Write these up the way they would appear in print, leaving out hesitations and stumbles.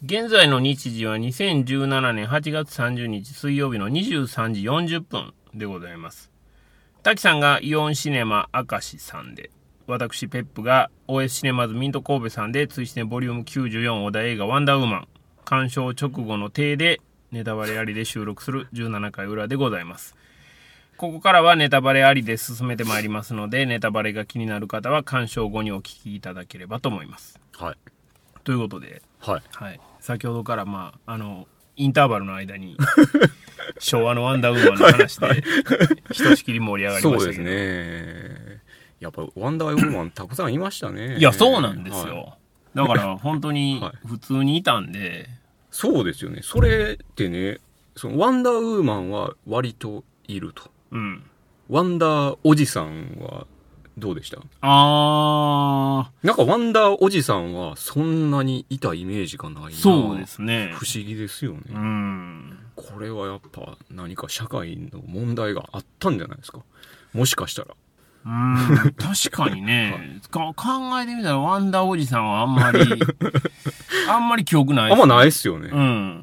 現在の日時は2017年8月30日水曜日の23時40分でございます。滝さんがイオンシネマ明石さんで、私ペップが OS シネマズミント神戸さんで追試ねボリューム94小田映画ワンダーウーマン鑑賞直後の体でネタバレありで収録する17回裏でございます。ここからはネタバレありで進めてまいりますので、ネタバレが気になる方は鑑賞後にお聞きいただければと思います。 はい。 ということで、 はい。 はい、先ほどからインターバルの間に昭和のワンダーウーマンの話でひとしきり盛り上がりましたけど。 そうですね。やっぱワンダーウーマンたくさんいましたね。 いや、そうなんですよ。 はい、 だから本当に普通にいたんで、はい、 そうですよね。それってね、そのワンダーウーマンは割といると。 うん。 ワンダーおじさんはどうでした？なんかワンダーおじさんはそんなにいたイメージがないな。 そうですね。 不思議ですよね。 うん。 これはやっぱ何か社会の問題があったんじゃないですか。もしかしたら。 確かにね、はい、考えてみたらワンダーおじさんはあんまり記憶ない、 ね。あんまないっすよね。 うん。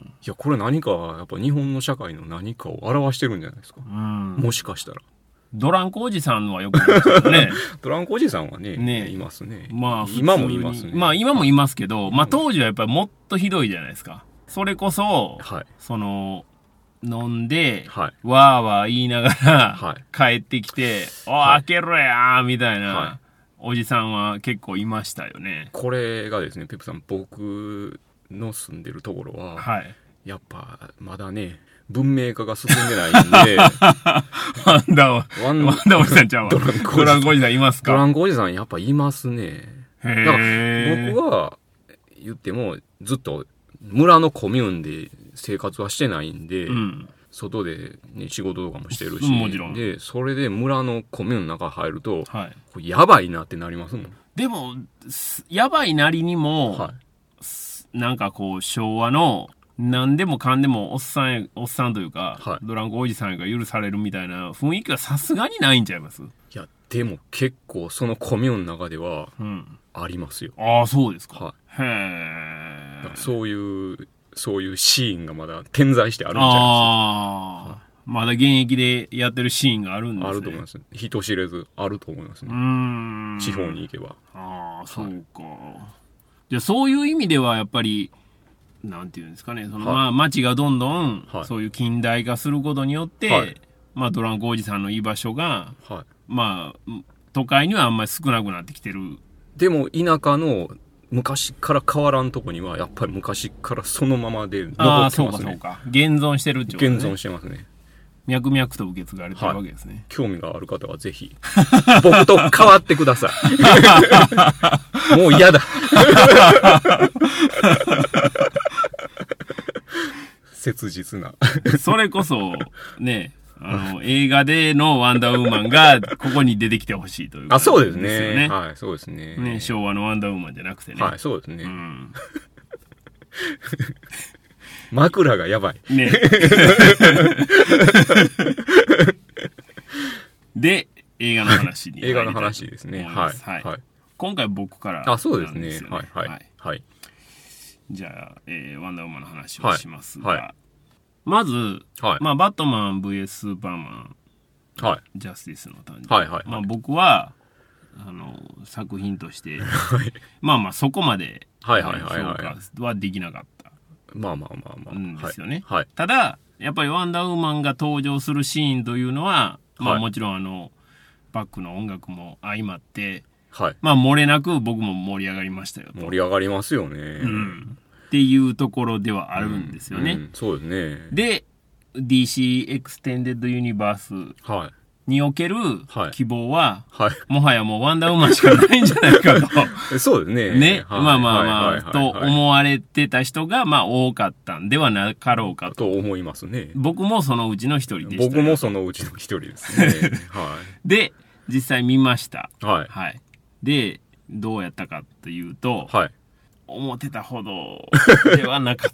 いや、これ何か、やっぱ日本の社会の何かを表してるんじゃないですか。もしかしたら。 ドランコおじさんはよく言いますよね。 ドランコおじさんはね、いますね。 まあ、 今もいますね。 まあ、今もいますけど、まあ、当時はやっぱりもっとひどいじゃないですか。それこそ、 はい、 飲んで、 はい、 わーわー言いながら、はい、帰ってきて、開けろやーみたいな、はい、おじさんは結構いましたよね。 これがですね、ペップさん、僕の住んでるところは、はい、やっぱまだね、文明化が進んでないんで、ワンダーおじさんちゃうわ。ドランコおじさんいますか？ ドランコおじさんやっぱいますね。だから僕は言ってもずっと村のコミューンで生活はしてないんで、外で、ね、仕事とかもしてるし、 もちろんでそれで村のコミューンの中入ると、はい、これやばいなってなりますもん。 でもやばいなりにも、はい、なんかこう昭和の何でもかんでもおっさんというか、はい、ドランコおじさんが許されるみたいな雰囲気はさすがにないんちゃいます？いやでも結構そのコミューンの中ではありますよ。 ああ、そうですか。 はい、 へえ。 そういうシーンがまだ点在してあるんじゃないですか。 はい、まだ現役でやってるシーンがあるんですね。 あると思います。人知れずあると思いますね。地方に行けば。 ああ、そうか。じゃあそういう意味ではやっぱりなんていうんですかね、まあ街がどんどんそういう近代化することによって、はい、まあドランコおじさんの居場所が、はい、まあ都会にはあんまり少なくなってきてる。 でも田舎の昔から変わらんとこにはやっぱり昔からそのままで残ってますね。 ああ、そうかそうか。現存してるってことね。 現存してますね。 脈々と受け継がれてるわけですね。 はい、興味がある方はぜひ僕と変わってください。もう嫌だ。切実な。 それこそね、映画でのワンダーウーマンがここに出てきてほしいという、 あ、そうですね。はい、そうですね。 ね、昭和のワンダーウーマンじゃなくてね。 はい、そうですね。枕がやばい。ね。 で、映画の話に。 映画の話ですね。はい。 はい。今回僕から、 あ、そうですね。はい。はい。はい。 じゃあ、ワンダーウーマンの話をしますが、はいはい、まず、はい、まあ、バットマン VS スーパーマン、はい、ジャスティスの誕生、はいはいはい、まあ、僕は作品として、はい、まあまあそこまで評価はできなかったんですよね、はいはい、ただやっぱりワンダーウーマンが登場するシーンというのは、まあ、もちろんバックの音楽も相まって、はい、まあ漏れなく僕も盛り上がりましたよと。 盛り上がりますよね、 っていうところではあるんですよね、 そうですね。 で DC エクステンデッドユニバースにおける希望は、はい、もはやもうワンダーウーマンしかないんじゃないかとそうですね。 ね、はい、まあまあまあ、と思われてた人がまあ多かったんではなかろうかと思いますね。 僕もそのうちの一人でした。 僕もそのうちの一人ですね。 はい、で実際見ました。はい。はい。でどうやったかというと、はい、思ってたほどではなか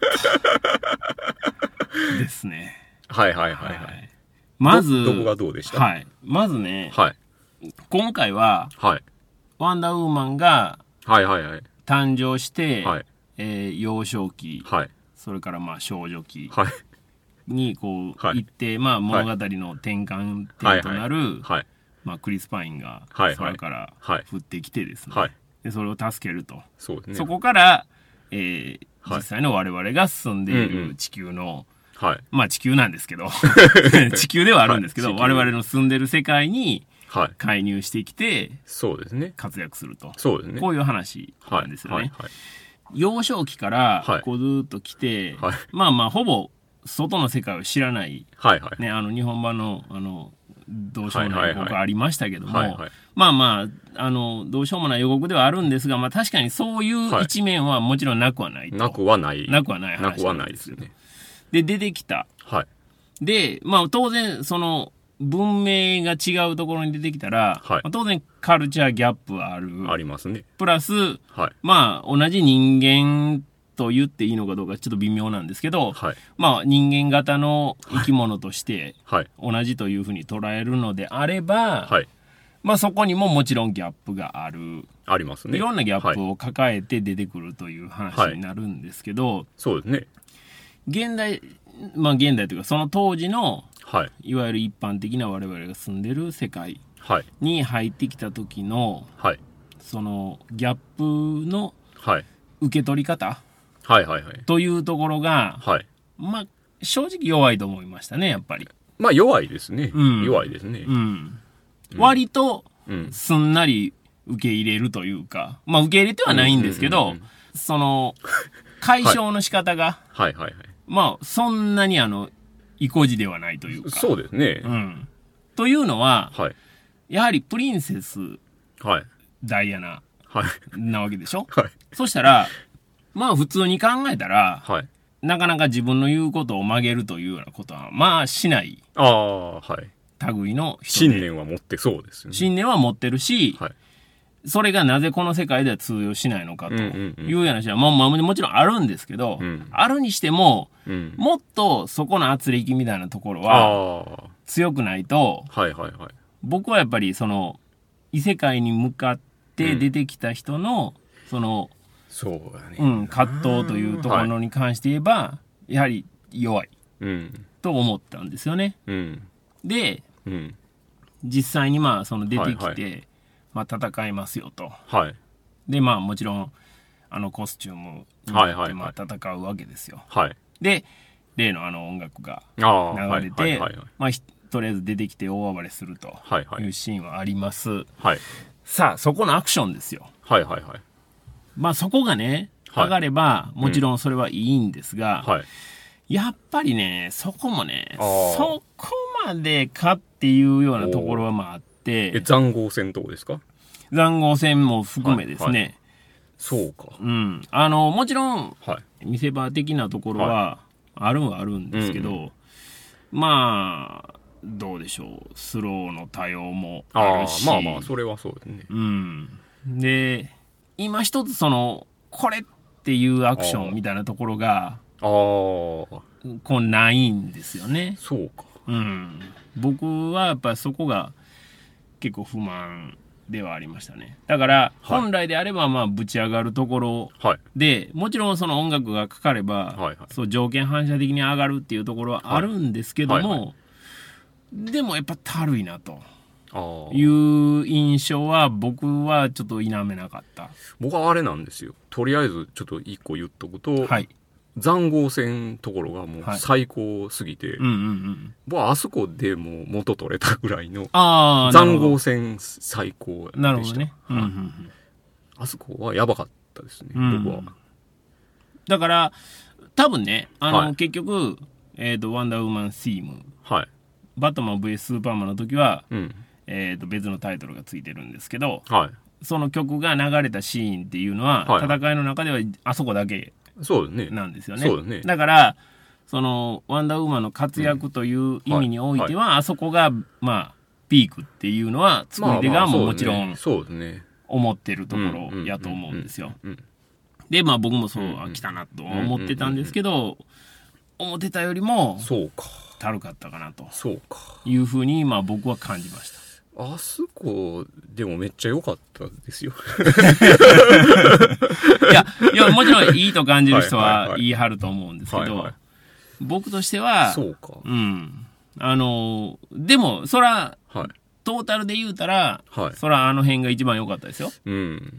ったですね。 はいはいはいはい。 まずどこがどうでした？ はい。まずね、はい、今回は、はい、ワンダーウーマンが、はいはいはい、誕生して、はい、 幼少期、 はい、 それからまあ少女期はいにこう行って、まあ物語の転換点となる、まあクリス・パインが空から降ってきてですね、でそれを助けると。 そうですね。 そこから、実際の我々が住んでいる地球の、まあ地球なんですけど地球ではあるんですけど、我々の住んでる世界に介入してきて、 そうですね。 活躍すると。 そうですね。 こういう話なんですよね。幼少期からこうずっと来て、まあまあほぼ外の世界を知らない、ね、日本版のどうしようもない予告ありましたけども、まあまあどうしようもない予告ではあるんですが、まあ確かにそういう一面はもちろんなくはないと。 なくはない話なんですよね。で出てきた。でまあ当然その文明が違うところに出てきたら、当然カルチャーギャップはありますね。 プラス、まあ同じ人間と言っていいのかどうかちょっと微妙なんですけど、まあ人間型の生き物として同じというふうに捉えるのであれば、まあそこにももちろんギャップがありますね。 いろんなギャップを抱えて出てくるという話になるんですけど、 そうですね。 現代というかその当時のいわゆる一般的な我々が住んでる世界に入ってきた時の、そのギャップの受け取り方というところが、まあ正直弱いと思いましたね、やっぱり。 まあ弱いですね。弱いですね。 割とすんなり受け入れるというか、まあ受け入れてはないんですけど、その解消の仕方が、まあそんなに意固地ではないというか。 そうですね。 というのは、やはりプリンセス、ダイアナ、なわけでしょ。そしたら、まあ普通に考えたら、なかなか自分の言うことを曲げるというようなことは、まあしない。類の人で。 信念は持ってそうですよね。 信念は持ってるし、それがなぜこの世界では通用しないのかというような話は、もちろんあるんですけど、あるにしても、もっとそこの圧力みたいなところは強くないと、僕はやっぱりその異世界に向かって出てきた人のその葛藤というところに関して言えば、やはり弱いと思ったんですよね。で、実際にまあその出てきて、まあ戦いますよと。でまあもちろんコスチュームになってまあ戦うわけですよ。で例の音楽が流れて、まあとりあえず出てきて大暴れするというシーンはあります。さあそこのアクションですよ。まあそこがね上がればもちろんそれはいいんですが、やっぱりねそこもねそこまでかっていうようなところはまああって、 塹壕戦とこですか？ 塹壕戦も含めですね。 そうか。 もちろん見せ場的なところはあるんですけど、まあどうでしょう、スローの多様もあるし、 まあまあそれはそうですね。 で今一つそのこれっていうアクションみたいなところがこうないんですよね。 そうか。 僕はやっぱりそこが結構不満ではありましたね。だから本来であればまあぶち上がるところで、もちろんその音楽がかかれば、そう条件反射的に上がるっていうところはあるんですけども、でもやっぱたるいなという印象は僕はちょっと否めなかった。 僕はあれなんですよ。とりあえずちょっと一個言っとくと、塹壕戦ところがもう最高すぎて、僕はあそこでもう元取れたぐらいの塹壕戦最高でした。 なるほどね。 あそこはやばかったですね、僕は。 だから多分ね結局ワンダーウーマンシーム、バットマン VS スーパーマンの時は、別のタイトルがついてるんですけど、その曲が流れたシーンっていうのは、戦いの中ではあそこだけなんですよね。だからそのワンダーウーマンの活躍という意味においては、あそこがまあピークっていうのは作り手側ももちろん思ってるところやと思うんですよ。でまあ僕もそう来たなと思ってたんですけど、思ってたよりもたるかったかなというふうにまあ僕は感じました。 あそこ、でもめっちゃ良かったですよ。 いや、もちろんいいと感じる人は言い張ると思うんですけど、僕としては、 そうか。 うん。でも、そら、はい、トータルで言うたら、はい、そらあの辺が一番良かったですよ。うん、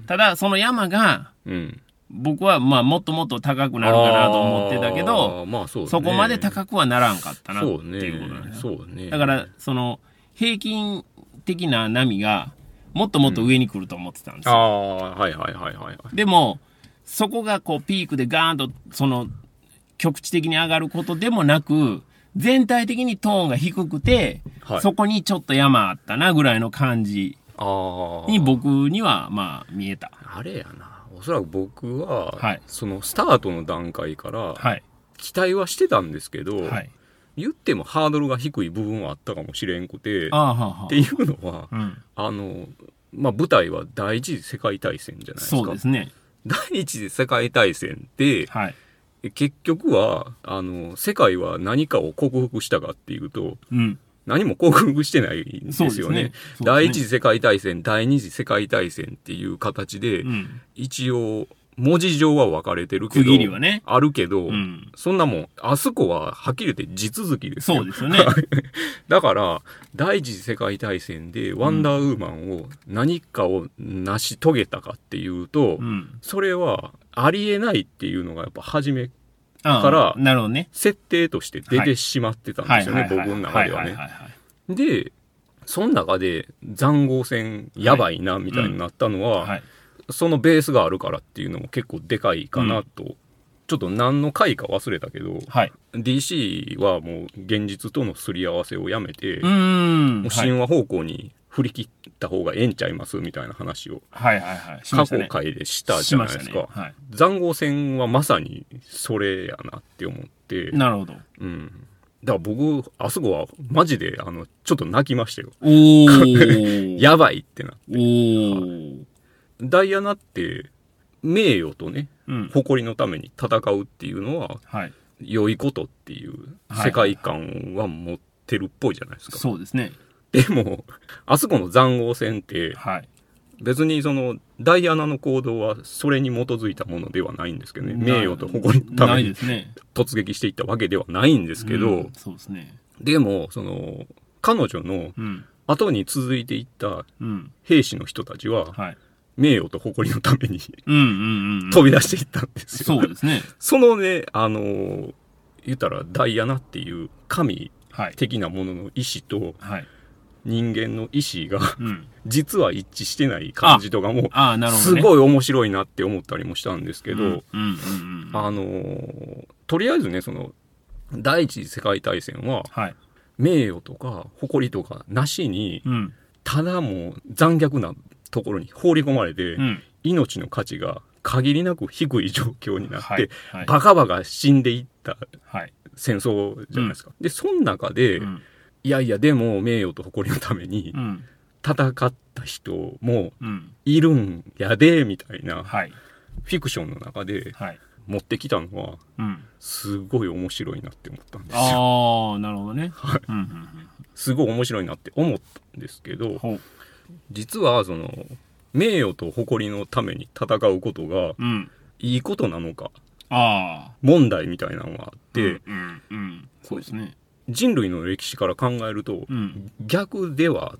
ただ、その山が、うん、僕はまあもっともっと高くなるかなと思ってたけど、まあそうね、そこまで高くはならんかったなっていうことなんですよ。そうね。だから、その、平均的な波が、もっともっと上に来ると思ってたんですよ。 はいはいはいはい。 でも、そこがこうピークでガーンと、その、局地的に上がることでもなく、全体的にトーンが低くて、はい、そこにちょっと山あったなぐらいの感じに僕にはまあ見えた。 あれやな。おそらく僕は、はい、そのスタートの段階から、はい、期待はしてたんですけど、はい、言ってもハードルが低い部分はあったかもしれんくて、っていうのは、うん、まあ、舞台は第一次世界大戦じゃないですか。 そうですね。 第一次世界大戦って、はい、結局は世界は何かを克服したかっていうと、うん、何も克服してないんですよね。第一次世界大戦、第二次世界大戦っていう形で、うん、一応文字上は分かれてるけど、 区切りはね、 あるけど、うん、そんなもん、あそこははっきり言って地続きですよ。 そうですよね。 だから、第一次世界大戦でワンダーウーマンを何かを成し遂げたかっていうと、うん、それはありえないっていうのがやっぱ初めから設定として出てしまってたんですよね、僕の中ではね。で、その中で塹壕戦やばいなみたいになったのは、はい、そのベースがあるからっていうのも結構でかいかなと、うん、ちょっと何の回か忘れたけど、はい、DC はもう現実とのすり合わせをやめて、もう神話方向に振り切った方がええんちゃいますみたいな話を過去回でしたじゃないですか。塹壕戦はまさにそれやなって思って。 なるほど。 うん。だから僕、あそこはマジでちょっと泣きましたよ。やばいってなって。ダイアナって名誉とね、誇りのために戦うっていうのは、はい、良いことっていう世界観は持ってるっぽいじゃないですか。 そうですね。 でも、あそこの塹壕戦って、はい、別にそのダイアナの行動はそれに基づいたものではないんですけどね、名誉と誇りのために突撃していったわけではないんですけど、 そうですね。 でも、その、彼女の後に続いていった兵士の人たちは、はい、名誉と誇りのために飛び出していったんですよ。 そうですね。 そのね、言ったらダイアナっていう神的なものの意志と、はい、人間の意志が、実は一致してない感じとかも、すごい面白いなって思ったりもしたんですけど、とりあえずね、その、第一次世界大戦は、はい、名誉とか誇りとかなしに、ただもう残虐なところに放り込まれて、命の価値が限りなく低い状況になって、はいはい、バカバカ死んでいった戦争じゃないですか。で、その中で、いやいや、でも名誉と誇りのために戦った人もいるんやで、みたいな、フィクションの中で持ってきたのは、すごい面白いなって思ったんですよ。 ああ、なるほどね。はい。 すごい面白いなって思ったんですけど、実はその、名誉と誇りのために戦うことがいいことなのか、問題みたいなのがあって、 そうですね。 人類の歴史から考えると、逆ではあって、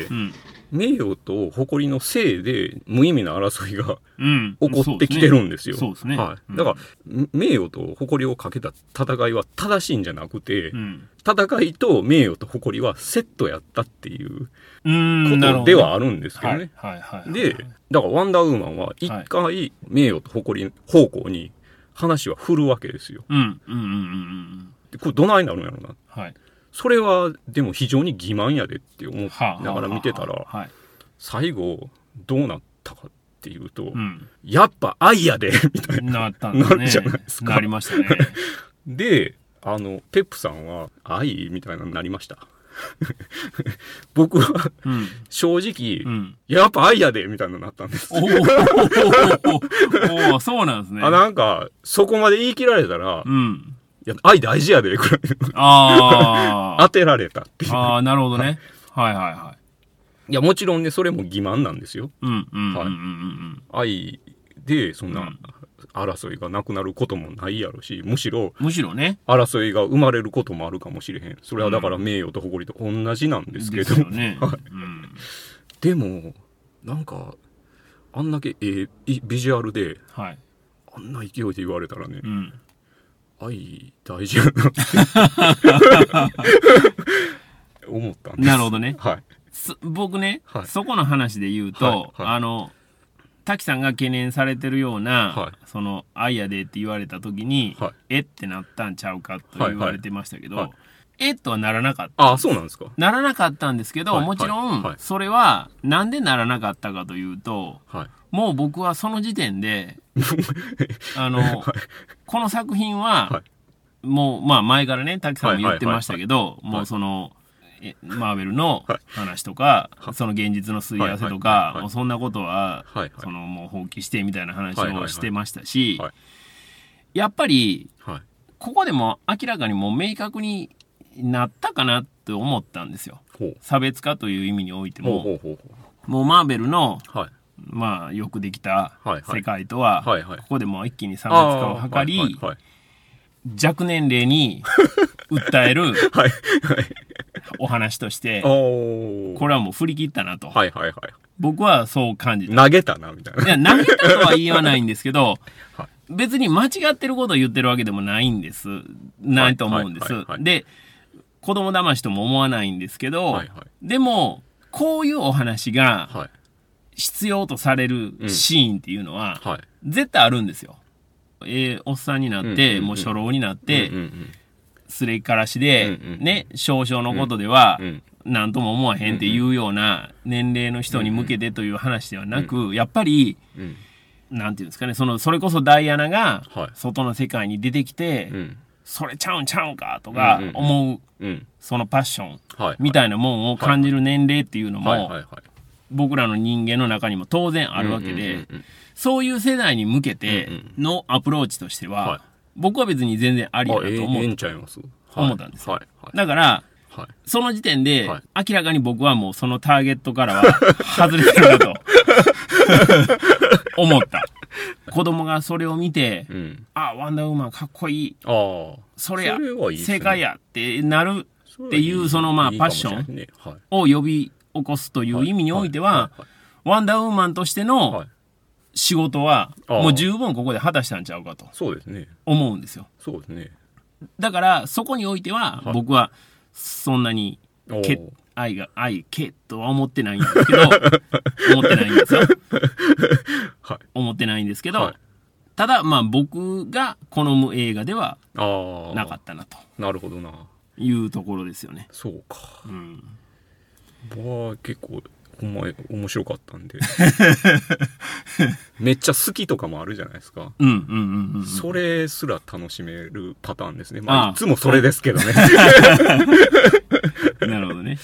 名誉と誇りのせいで無意味な争いが起こってきてるんですよ。 そうですね。 はい。だから、名誉と誇りをかけた戦いは正しいんじゃなくて、戦いと名誉と誇りはセットやったっていうことではあるんですけどね。で、だからワンダーウーマンは一回名誉と誇り方向に話は振るわけですよ。これどないなるんやろな。はい。それはでも非常に欺瞞やでって思いながら見てたら、最後どうなったかっていうと、やっぱ愛やでみたいな。 なったんだね。なるじゃないですか。なりましたね。 で、ペップさんは愛みたいなのになりました。僕は、正直、やっぱ愛やでみたいなのになったんです。 おそうなんですね。 なんか、そこまで言い切られたら、いや、愛大事やで、くらい。当てられたっていう。 なるほどね。はいはいはいや、もちろんね、それも欺瞞なんですよ。 はい。 愛で、そんな、争いがなくなることもないやろし、むしろね、 争いが生まれることもあるかもしれへん。それはだから名誉と誇りと同じなんですけど。 ですよね。 でも、なんか、あんだけビジュアルで、 はい、 あんな勢いで言われたらね、愛大事やなって思ったんです。 なるほどね。 はい。 僕ね、そこの話で言うと、滝さんが懸念されてるような、その愛やでって言われた時に、ってなったんちゃうかと言われてましたけど、とはならなかった。 あ、そうなんですか。 ならなかったんですけど、もちろん、それはなんでならなかったかというと、もう僕はその時点で、この作品は、もう、まあ前からね、滝さんも言ってましたけど、もうその、マーベルの話とか、その現実のすり合わせとか、もうそんなことは、そのもう放棄してみたいな話をしてましたし、やっぱり、ここでも明らかにもう明確になったかなって思ったんですよ。差別化という意味においても、もうマーベルの、まあよくできた世界とは、ここでもう一気に差別化を図り、若年齢に訴えるお話として、これはもう振り切ったなと。僕はそう感じた。 投げたなみたいな。 いや、投げたとは言わないんですけど、別に間違ってることを言ってるわけでもないんです。ないと思うんです。で、子供騙しとも思わないんですけど、でも、こういうお話が必要とされるシーンっていうのは、絶対あるんですよ。おっさんになって、もう初老になって、すれっからしで、ね、少々のことでは、なんとも思わへんっていうような年齢の人に向けてという話ではなく、やっぱり、なんていうんですかね、それこそダイアナが、外の世界に出てきて、それちゃうんかとか思う、そのパッションみたいなもんを感じる年齢っていうのも、僕らの人間の中にも当然あるわけで、そういう世代に向けてのアプローチとしては、僕は別に全然ありやなと思ったんですよ。だから、その時点で、明らかに僕はもうそのターゲットからは外れてるなと思った。子供がそれを見て、あ、ワンダーウーマンかっこいい。それや、正解やってなるっていう、そのまあパッションを呼び起こすという意味においては、ワンダーウーマンとしての仕事はもう十分ここで果たしたんちゃうかと思うんですよ。 そうですね。 だからそこにおいては僕はそんなに愛とは思ってないんですけど思ってないんですよ。思ってないんですけど、ただまあ僕が好む映画ではなかったなと。 なるほどな。 いうところですよね。 そうか。僕は結構ほんま面白かったんでめっちゃ好きとかもあるじゃないですか。それすら楽しめるパターンですね。まあいつもそれですけどね。 なるほどね。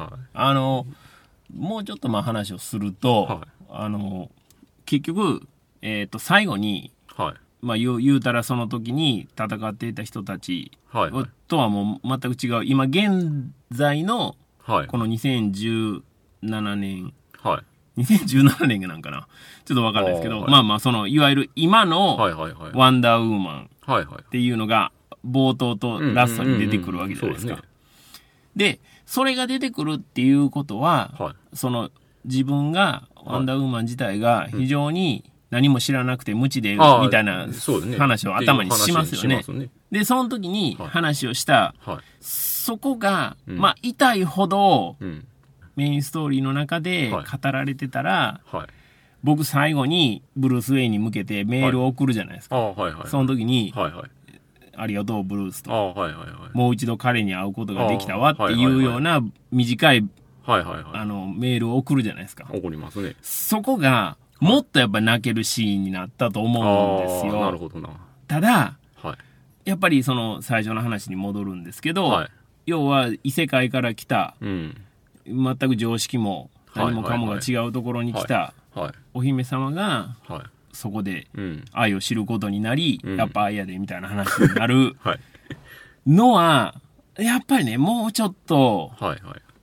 もうちょっとまあ話をすると、結局最後に、まあ言うたらその時に戦っていた人たちとはもう全く違う今現在のこの2017年、2017年なんかなちょっとわかんないですけど、まあまあそのいわゆる今のワンダーウーマンっていうのが冒頭とラストに出てくるわけじゃないですか。でそれが出てくるっていうことは、その自分がワンダーウーマン自体が非常に何も知らなくて無知でみたいな話を頭にしますよね。でその時に話をした、そこが、まあ痛いほど、メインストーリーの中で語られてたら、僕最後にブルース・ウェインに向けてメールを送るじゃないですか。その時に、ありがとうブルースと、もう一度彼に会うことができたわっていうような短いメールを送るじゃないですか。 送りますね。 そこがもっとやっぱ泣けるシーンになったと思うんですよ。 なるほどな。 ただ、やっぱりその最初の話に戻るんですけど、要は異世界から来た、全く常識も何もかもが違うところに来たお姫様がそこで愛を知ることになり、やっぱ愛やでみたいな話になるのはやっぱりねもうちょっと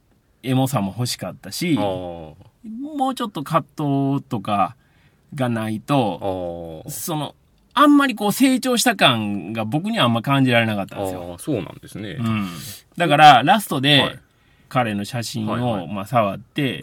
エモさも欲しかったし、もうちょっと葛藤とかがないと、あんまりこう成長した感が僕にはあんま感じられなかったんですよ。 そうなんですね。 だからラストで彼の写真をまあ触って、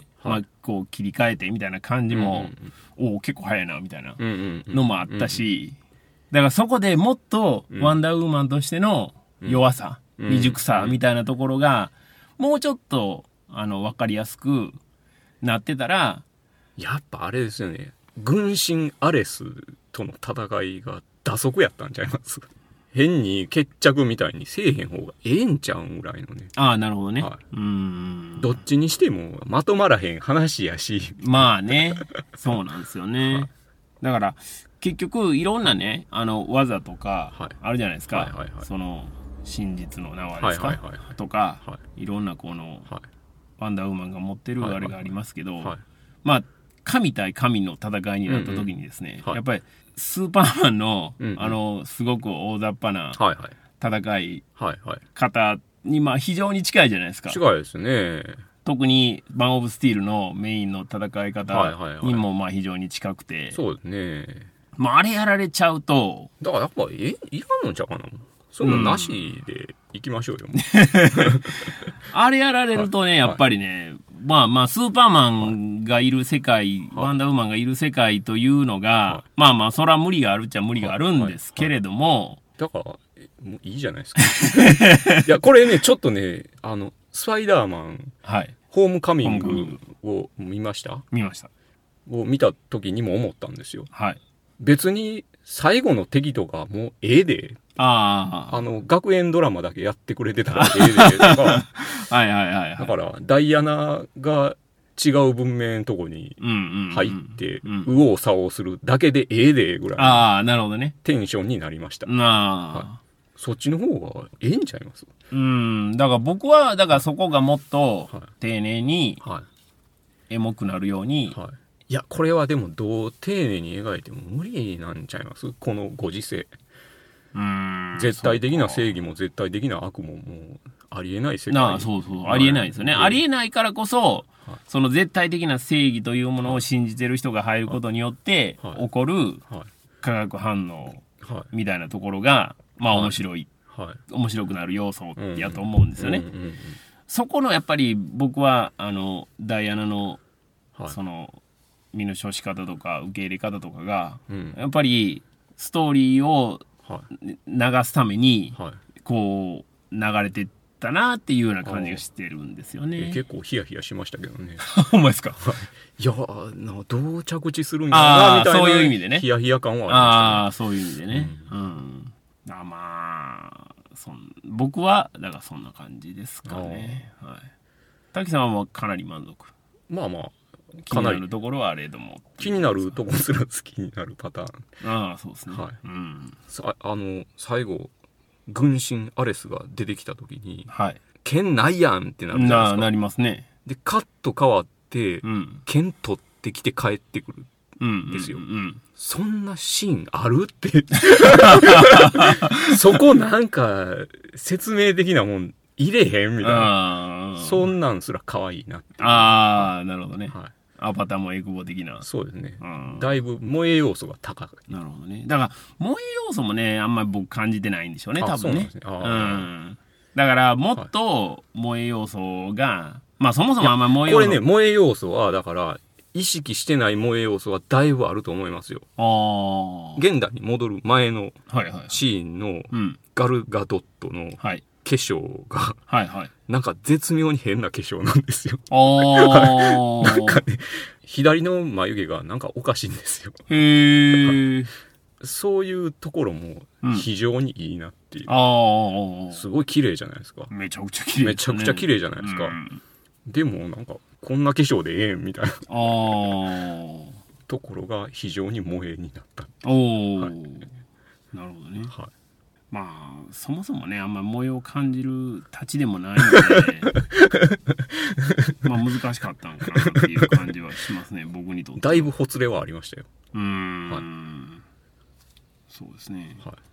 まあこう切り替えてみたいな感じも、結構早いなみたいなのもあったし、だからそこでもっとワンダーウーマンとしての弱さ、未熟さみたいなところがもうちょっと分かりやすくなってたら、 やっぱあれですよね。軍神アレスとの戦いが打足やったんちゃいます？変に決着みたいにせえへん方がええんちゃうんぐらいのね。 なるほどね。 どっちにしてもまとまらへん話やし。 まあね、そうなんですよね。だから結局いろんなね技とかあるじゃないですか。その真実の縄ですか、とか、いろんなこの、ワンダーウーマンが持ってるあれがありますけど、まあ神対神の戦いになった時にですね、やっぱりスーパーマンの、すごく大雑把な戦い方にまあ非常に近いじゃないですか。 近いですね。 特にマン・オブ・スティールのメインの戦い方にもまあ非常に近くて、 そうですね。 まああれやられちゃうと、 だからやっぱいらんのちゃうかな。そういうのなしで行きましょうよ。 あれやられるとね、やっぱりね、まあスーパーマンがいる世界、ワンダーウーマンがいる世界というのが、まあそら無理があるっちゃ無理があるんですけれども、 だからもういいじゃないですか。いやこれねちょっとねスパイダーマン、ホームカミングを見ました？ 見ました。 を見た時にも思ったんですよ。 はい。 別に最後の敵とかもうで。学園ドラマだけやってくれてたらでとか。だからダイアナが違う文明のとこに入って右往左往するだけででぐらいなるほどね。 テンションになりました。そっちの方がええんちゃいます？ だから僕はそこがもっと丁寧にエモくなるように、 いやこれはでもどう丁寧に描いても無理なんちゃいます？このご時世。絶対的な正義も絶対的な悪ももうありえない世界。 そうありえないですよね。ありえないからこそ、その絶対的な正義というものを信じてる人が入ることによって起こる化学反応みたいなところがまあ面白くなる要素やと思うんですよね。そこのやっぱり僕はダイアナのその身の処し方とか受け入れ方とかがやっぱりストーリーを流すためにこう流れてったなっていうような感じがしてるんですよね。 結構ヒヤヒヤしましたけどね。 ほんまですか？ いやどう着地するんやなみたいな、 そういう意味でね、 ヒヤヒヤ感はありましたね。そういう意味でね。まあ僕はだからそんな感じですかね。滝さんはもうかなり満足。 まあ気になるところはあれども気になるところすら好きになるパターン。 そうですね。 最後軍神アレスが出てきた時に、剣ないやんってなるじゃないですか。 なりますね。でカット変わって、剣取ってきて帰ってくるんですよ。そんなシーンあるってそこなんか説明的なもん入れへんみたいな。そんなんすら可愛いなって。 なるほどね。アバターもエクボ的な。 そうですね。だいぶ萌え要素が高い。 なるほどね。だから萌え要素もねあんまり僕感じてないんでしょうね、多分ね。だからもっと萌え要素がそもそもあんまり萌え要素、 これね萌え要素はだから意識してない萌え要素はだいぶあると思いますよ。現代に戻る前のシーンのガルガドットの化粧がなんか絶妙に変な化粧なんですよ。なんかね左の眉毛がなんかおかしいんですよ。そういうところも非常にいいなっていう。すごい綺麗じゃないですか。 めちゃくちゃ綺麗、 めちゃくちゃ綺麗じゃないですか。でもなんかこんな化粧でええんみたいなところが非常に萌えになった。 なるほどね。そもそもねあんまり萌えを感じるたちでもないので難しかったんかなっていう感じはしますね僕にとって。 だいぶほつれはありましたよ。 そうですね。